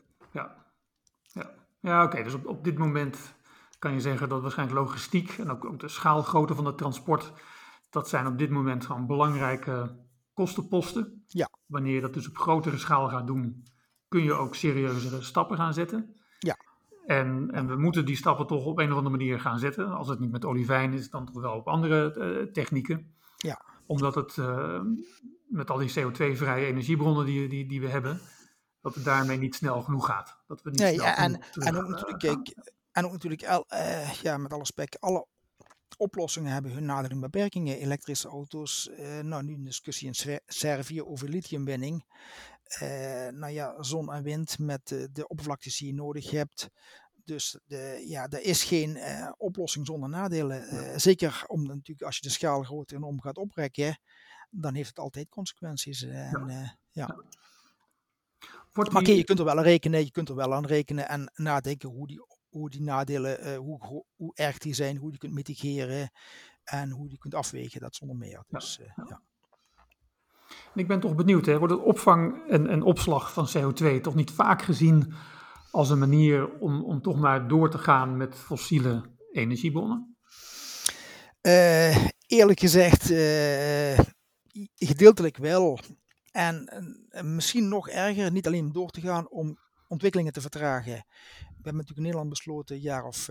Oké. Dus op dit moment kan je zeggen dat waarschijnlijk logistiek en ook de schaalgrootte van het transport, dat zijn op dit moment gewoon belangrijke kostenposten. Ja. Wanneer je dat dus op grotere schaal gaat doen, kun je ook serieuzere stappen gaan zetten. Ja. En we moeten die stappen toch op een of andere manier gaan zetten. Als het niet met olivijn is, dan toch wel op andere technieken. Ja. Omdat het met al die CO2-vrije energiebronnen die we hebben, dat het daarmee niet snel genoeg gaat. Dat we niet ook natuurlijk, met alle respect, alle oplossingen hebben hun nadelen en beperkingen. Elektrische auto's, nu een discussie in Servië over lithiumwinning. Zon en wind met de oppervlaktes die je nodig hebt. Dus er is geen oplossing zonder nadelen. Zeker natuurlijk als je de schaal groter enorm gaat oprekken, dan heeft het altijd consequenties. Maar je kunt er wel aan rekenen en nadenken hoe die nadelen, hoe erg die zijn, hoe je kunt mitigeren en hoe je kunt afwegen, dat zonder meer. Dus, Ik ben toch benieuwd, wordt het opvang en opslag van CO2 toch niet vaak gezien als een manier om toch maar door te gaan met fossiele energiebronnen? Eerlijk gezegd, gedeeltelijk wel. En misschien nog erger, niet alleen om door te gaan, om ontwikkelingen te vertragen. We hebben natuurlijk in Nederland besloten, een jaar of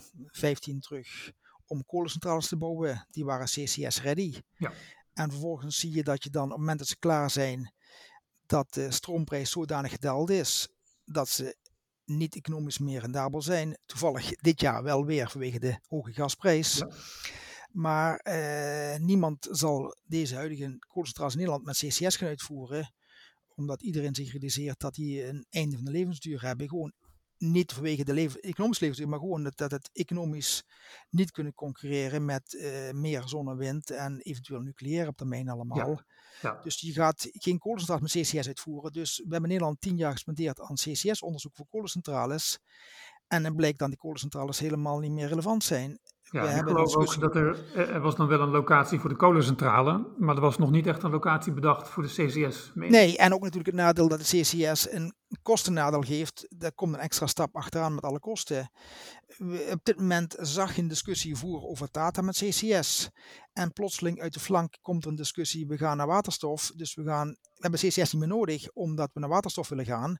15 terug, om kolencentrales te bouwen. Die waren CCS-ready. Ja. En vervolgens zie je dat je dan, op het moment dat ze klaar zijn, dat de stroomprijs zodanig gedaald is, dat ze niet economisch meer rendabel zijn. Toevallig dit jaar wel weer vanwege de hoge gasprijs. Ja. Maar niemand zal deze huidige kolencentrales in Nederland met CCS gaan uitvoeren, omdat iedereen zich realiseert dat die een einde van de levensduur hebben. Gewoon niet vanwege de economische levensduur, maar gewoon dat het economisch niet kunnen concurreren met meer zon en wind en eventueel nucleair op termijn allemaal. Ja. Ja. Dus je gaat geen kolencentrales met CCS uitvoeren. Dus we hebben in Nederland 10 jaar gespendeerd aan CCS-onderzoek voor kolencentrales. En dan blijkt dan die kolencentrales helemaal niet meer relevant zijn. Ja, ik geloof ook dat er was dan wel een locatie voor de kolencentrale, maar er was nog niet echt een locatie bedacht voor de CCS. Nee, en ook natuurlijk het nadeel dat de CCS een kostennadeel geeft. Daar komt een extra stap achteraan met alle kosten. Op dit moment zag je een discussie voeren over data met CCS. En plotseling uit de flank komt er een discussie, we gaan naar waterstof. Dus we hebben CCS niet meer nodig, omdat we naar waterstof willen gaan.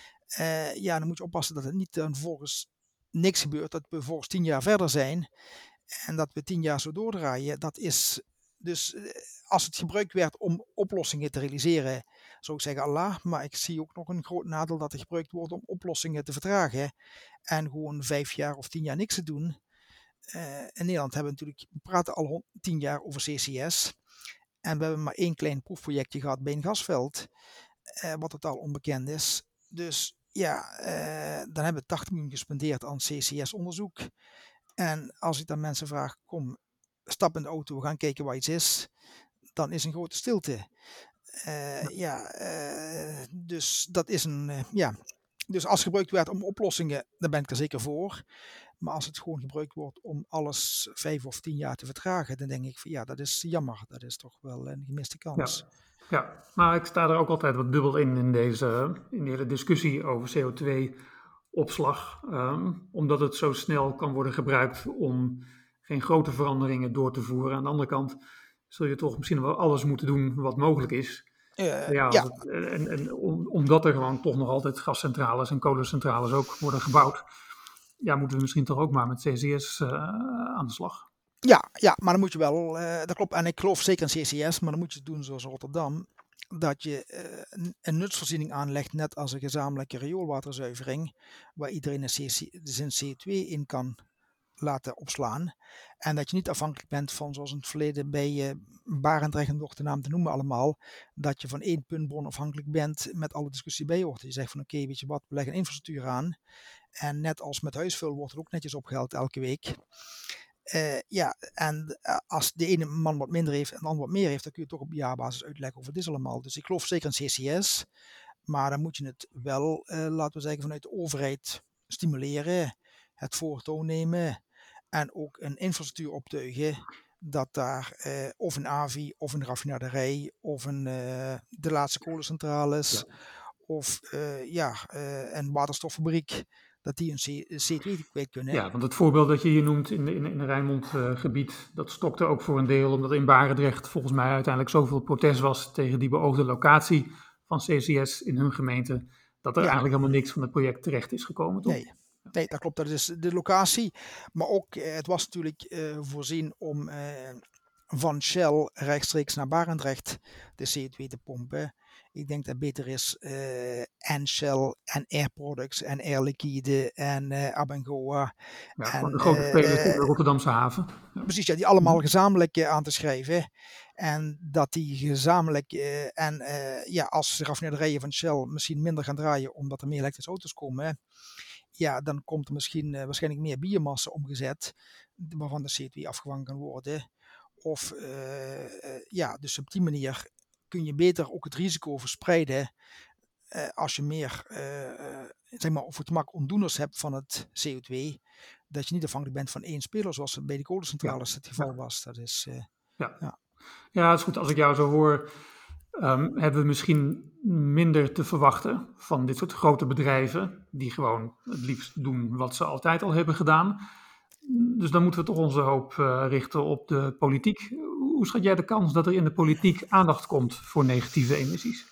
Dan moet je oppassen dat het niet vervolgens niks gebeurt, dat we vervolgens 10 jaar verder zijn en dat we 10 jaar zo doordraaien. Dat is dus, als het gebruikt werd om oplossingen te realiseren, zou ik zeggen Allah, maar ik zie ook nog een groot nadeel dat er gebruikt wordt om oplossingen te vertragen en gewoon 5 jaar of 10 jaar niks te doen. In Nederland we praten al 10 jaar over CCS en we hebben maar 1 klein proefprojectje gehad bij een gasveld, wat totaal onbekend is. Dus dan hebben we 80 miljoen gespendeerd aan CCS-onderzoek. En als ik dan mensen vraag, kom, stap in de auto, we gaan kijken waar iets is, dan is een grote stilte. Dus dat is Dus als het gebruikt werd om oplossingen, dan ben ik er zeker voor. Maar als het gewoon gebruikt wordt om alles 5 of 10 jaar te vertragen, dan denk ik van ja, dat is jammer. Dat is toch wel een gemiste Ja, kans. ja. Maar ik sta er ook altijd wat dubbel in de hele discussie over CO2-opslag. Omdat het zo snel kan worden gebruikt om geen grote veranderingen door te voeren. Aan de andere kant zul je toch misschien wel alles moeten doen wat mogelijk is. Ja, Ja, omdat er gewoon toch nog altijd gascentrales en kolencentrales ook worden gebouwd. Ja, moeten we misschien toch ook maar met CCS aan de slag. ja, maar dan moet je wel, dat klopt. En ik geloof zeker in CCS, maar dan moet je het doen zoals Rotterdam. Dat je een nutsvoorziening aanlegt, net als een gezamenlijke rioolwaterzuivering, waar iedereen zijn CO2 in kan laten opslaan. En dat je niet afhankelijk bent van, zoals in het verleden bij Barendrecht en nog de naam te noemen allemaal, dat je van één puntbron afhankelijk bent met alle discussie bij hoort. Je zegt van oké, weet je wat, we leggen infrastructuur aan. En net als met huisvul wordt er ook netjes opgehaald elke week. Ja, en als de ene man wat minder heeft en de ander wat meer heeft, dan kun je toch op jaarbasis uitleggen over dit allemaal. Dus ik geloof zeker in CCS, maar dan moet je het wel, laten we zeggen, vanuit de overheid stimuleren, het voortouw nemen en ook een infrastructuur optuigen dat daar of een AVI of een raffinaderij of de laatste kolencentrales of een waterstoffabriek, dat die een CO2 kwijt kunnen. Ja, want het voorbeeld dat je hier noemt in het Rijnmond-gebied, dat stokte ook voor een deel omdat in Barendrecht volgens mij uiteindelijk zoveel protest was tegen die beoogde locatie van CCS in hun gemeente, dat er eigenlijk helemaal niks van het project terecht is gekomen, toch? Nee, dat klopt. Dat is de locatie. Maar ook, het was natuurlijk voorzien om van Shell rechtstreeks naar Barendrecht de CO2 te pompen. Ik denk dat het beter is en Shell en Air Products en Air Liquide en Abengoa. Ja, En, gewoon de grote spelers in de Rotterdamse haven. Ja. Precies, ja, die allemaal gezamenlijk aan te schrijven. En dat die gezamenlijk, als raffinaderijen van Shell misschien minder gaan draaien omdat er meer elektrische auto's komen, ja, dan komt er misschien waarschijnlijk meer biomassa omgezet, waarvan de CO2 afgevangen kan worden. Of dus op die manier kun je beter ook het risico verspreiden als je meer, zeg maar, of het gemak ontdoeners hebt van het CO2, dat je niet afhankelijk bent van één speler, zoals bij de kolencentrales het geval was. Dat is, Ja, het is goed. Als ik jou zo hoor, hebben we misschien minder te verwachten van dit soort grote bedrijven, die gewoon het liefst doen wat ze altijd al hebben gedaan. Dus dan moeten we toch onze hoop richten op de politiek. Hoe schat jij de kans dat er in de politiek aandacht komt voor negatieve emissies?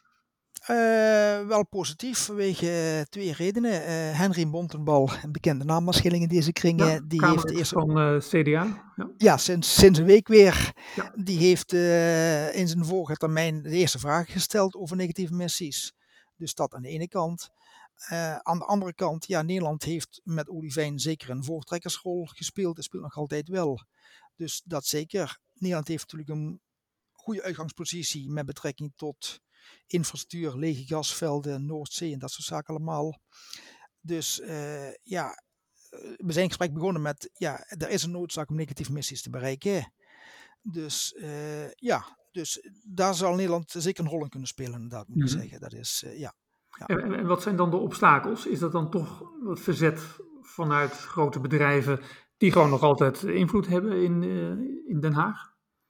Wel positief vanwege twee redenen. Henry Bontenbal, een bekende naam waarschijnlijk in deze kringen, die heeft de eerste van CDA. Ja, sinds een week weer. Ja. Die heeft in zijn vorige termijn de eerste vraag gesteld over negatieve emissies. Dus dat aan de ene kant. Aan de andere kant, ja, Nederland heeft met olivijn zeker een voortrekkersrol gespeeld en speelt nog altijd wel. Dus dat zeker. Nederland heeft natuurlijk een goede uitgangspositie met betrekking tot infrastructuur, lege gasvelden, Noordzee en dat soort zaken allemaal. Dus we zijn in gesprek begonnen met, ja, er is een noodzaak om negatieve emissies te bereiken. Dus dus daar zal Nederland zeker een rol in kunnen spelen, inderdaad, moet ik zeggen. Dat is, ja. En wat zijn dan de obstakels? Is dat dan toch het verzet vanuit grote bedrijven die gewoon nog altijd invloed hebben in Den Haag?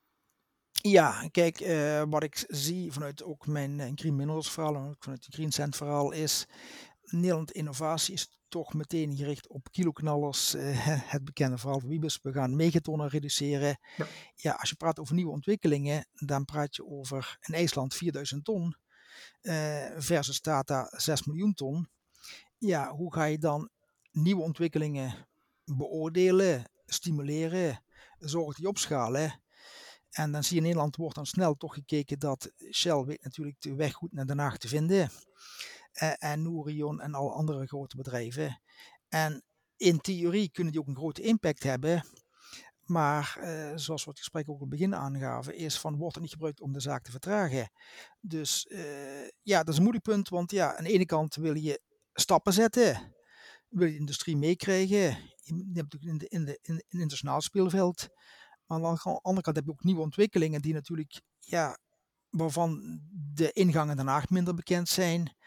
Ja, kijk, wat ik zie vanuit ook mijn Green Minerals verhaal en ook vanuit het Green Cent verhaal is, Nederland innovatie is toch meteen gericht op kiloknallers. Het bekende verhaal van Wiebes, we gaan megatonnen reduceren. Ja, als je praat over nieuwe ontwikkelingen, dan praat je over in IJsland 4000 ton versus Tata 6 miljoen ton. Ja, hoe ga je dan nieuwe ontwikkelingen beoordelen, stimuleren, zorgen dat die opschalen? En dan zie je in Nederland wordt dan snel toch gekeken dat Shell weet natuurlijk de weg goed naar Den Haag te vinden. En Nourion en alle andere grote bedrijven. En in theorie kunnen die ook een grote impact hebben. Maar zoals we het gesprek ook op het begin aangaven, is van wordt het niet gebruikt om de zaak te vertragen. Dus dat is een moeilijk punt, want ja, aan de ene kant wil je stappen zetten, wil je de industrie meekrijgen. Je hebt natuurlijk in het internationaal speelveld. Maar aan de andere kant heb je ook nieuwe ontwikkelingen die natuurlijk, ja, waarvan de ingangen Den Haag minder bekend zijn.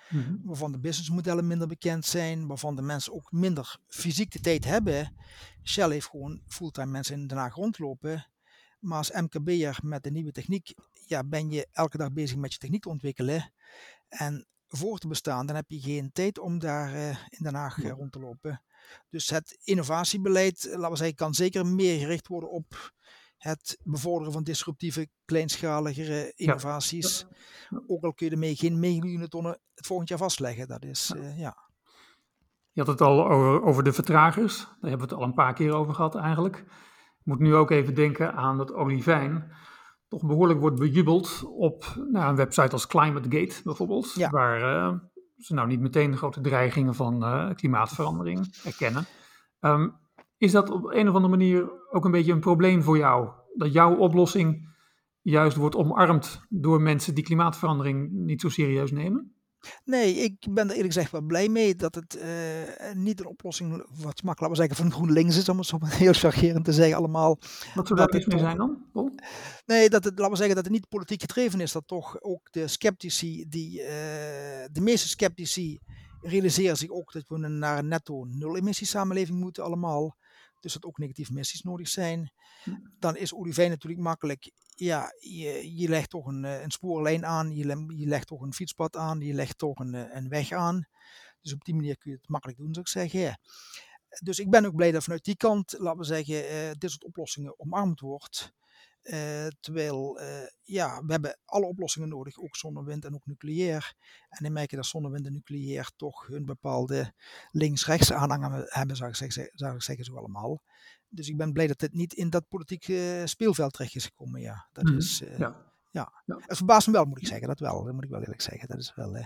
waarvan de businessmodellen minder bekend zijn, waarvan de mensen ook minder fysiek de tijd hebben. Shell heeft gewoon fulltime mensen in Den Haag rondlopen. Maar als MKB'er met de nieuwe techniek, ben je elke dag bezig met je techniek te ontwikkelen. En voor te bestaan, dan heb je geen tijd om daar in Den Haag rond te lopen. Dus het innovatiebeleid, laten we zeggen, kan zeker meer gericht worden op het bevorderen van disruptieve, kleinschaligere innovaties. Ook al kun je ermee geen miljoenen tonnen het volgend jaar vastleggen. Dat is, Je had het al over de vertragers. Daar hebben we het al een paar keer over gehad eigenlijk. Ik moet nu ook even denken aan dat olivijn toch behoorlijk wordt bejubeld op een website als ClimateGate bijvoorbeeld. Ja. Waar ze nou niet meteen de grote dreigingen van klimaatverandering erkennen. Is dat op een of andere manier ook een beetje een probleem voor jou? Dat jouw oplossing juist wordt omarmd door mensen die klimaatverandering niet zo serieus nemen? Nee, ik ben er eerlijk gezegd wel blij mee dat het niet een oplossing, wat smak, laten we zeggen, van GroenLinks is, om het zo heel chargerend te zeggen allemaal. Wat zou dat mee zijn dan? Nee, laten we zeggen dat het niet politiek gedreven is, dat toch ook de sceptici, de meeste sceptici realiseren zich ook dat we naar een netto nul emissie samenleving moeten allemaal. Dus dat ook negatieve emissies nodig zijn. Dan is olivijn natuurlijk makkelijk. Ja, je legt toch een spoorlijn aan, je legt toch een fietspad aan, je legt toch een weg aan. Dus op die manier kun je het makkelijk doen, zou ik zeggen. Dus ik ben ook blij dat vanuit die kant, laten we zeggen, dit soort oplossingen omarmd wordt. Terwijl, we hebben alle oplossingen nodig, ook zonne-wind en ook nucleair. En dan merk je dat zonne-wind en nucleair toch hun bepaalde links-rechts aanhang hebben, zou ik zeggen, zo allemaal. Dus ik ben blij dat dit niet in dat politieke speelveld terecht is gekomen. Ja, dat is, het verbaast me wel, moet ik zeggen, dat wel. Dat moet ik wel eerlijk zeggen, dat is wel,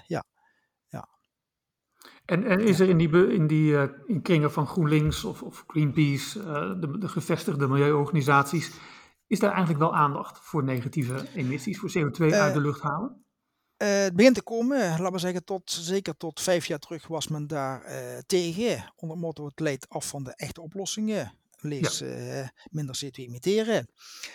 En is er in kringen van GroenLinks of Greenpeace, de gevestigde milieuorganisaties, is daar eigenlijk wel aandacht voor negatieve emissies, voor CO2 uit de lucht halen? Het begint te komen, laten we zeggen, zeker tot 5 jaar terug was men daar tegen. Onder het motto, het leidt af van de echte oplossingen. Lees minder CO2 emitteren.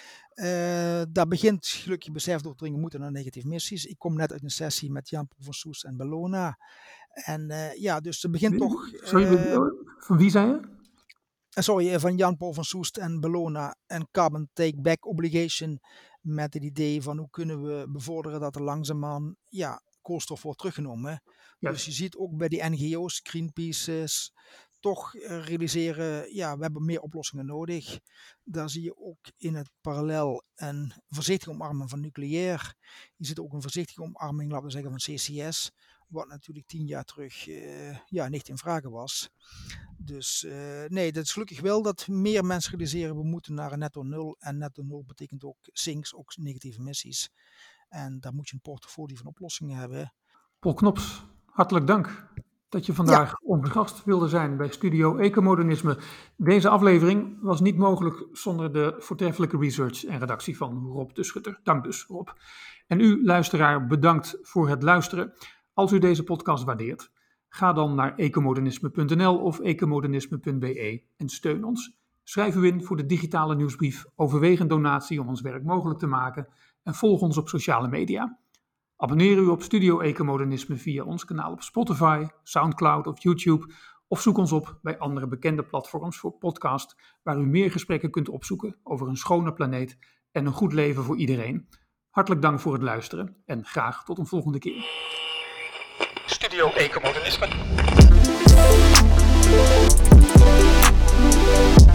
Daar begint gelukkig besef door te dringen, moeten naar negatieve emissies. Ik kom net uit een sessie met Jan-Paul van Soest en Bellona. En dus er begint toch... Van wie zei je? Van Jan-Paul van Soest en Bellona en Carbon Take-Back Obligation, met het idee van hoe kunnen we bevorderen dat er langzaamaan koolstof wordt teruggenomen. Ja. Dus je ziet ook bij die NGO's, Greenpeace's, toch realiseren, we hebben meer oplossingen nodig. Daar zie je ook in het parallel een voorzichtige omarming van nucleair. Je ziet ook een voorzichtige omarming, laten we zeggen, van CCS. Wat natuurlijk 10 jaar terug niet in vraag was. Dus dat is gelukkig wel dat meer mensen realiseren, we moeten naar een netto nul. En netto nul betekent ook sinks, ook negatieve emissies. En daar moet je een portfolio van oplossingen hebben. Paul Knops, hartelijk dank dat je vandaag onze gast wilde zijn bij Studio Ecomodernisme. Deze aflevering was niet mogelijk zonder de voortreffelijke research en redactie van Rob de Schutter. Dank dus, Rob. En u, luisteraar, bedankt voor het luisteren. Als u deze podcast waardeert, ga dan naar ecomodernisme.nl of ecomodernisme.be en steun ons. Schrijf u in voor de digitale nieuwsbrief, overweeg een donatie om ons werk mogelijk te maken en volg ons op sociale media. Abonneer u op Studio Ecomodernisme via ons kanaal op Spotify, Soundcloud of YouTube of zoek ons op bij andere bekende platforms voor podcast waar u meer gesprekken kunt opzoeken over een schone planeet en een goed leven voor iedereen. Hartelijk dank voor het luisteren en graag tot een volgende keer. Studio Ecomodernisme.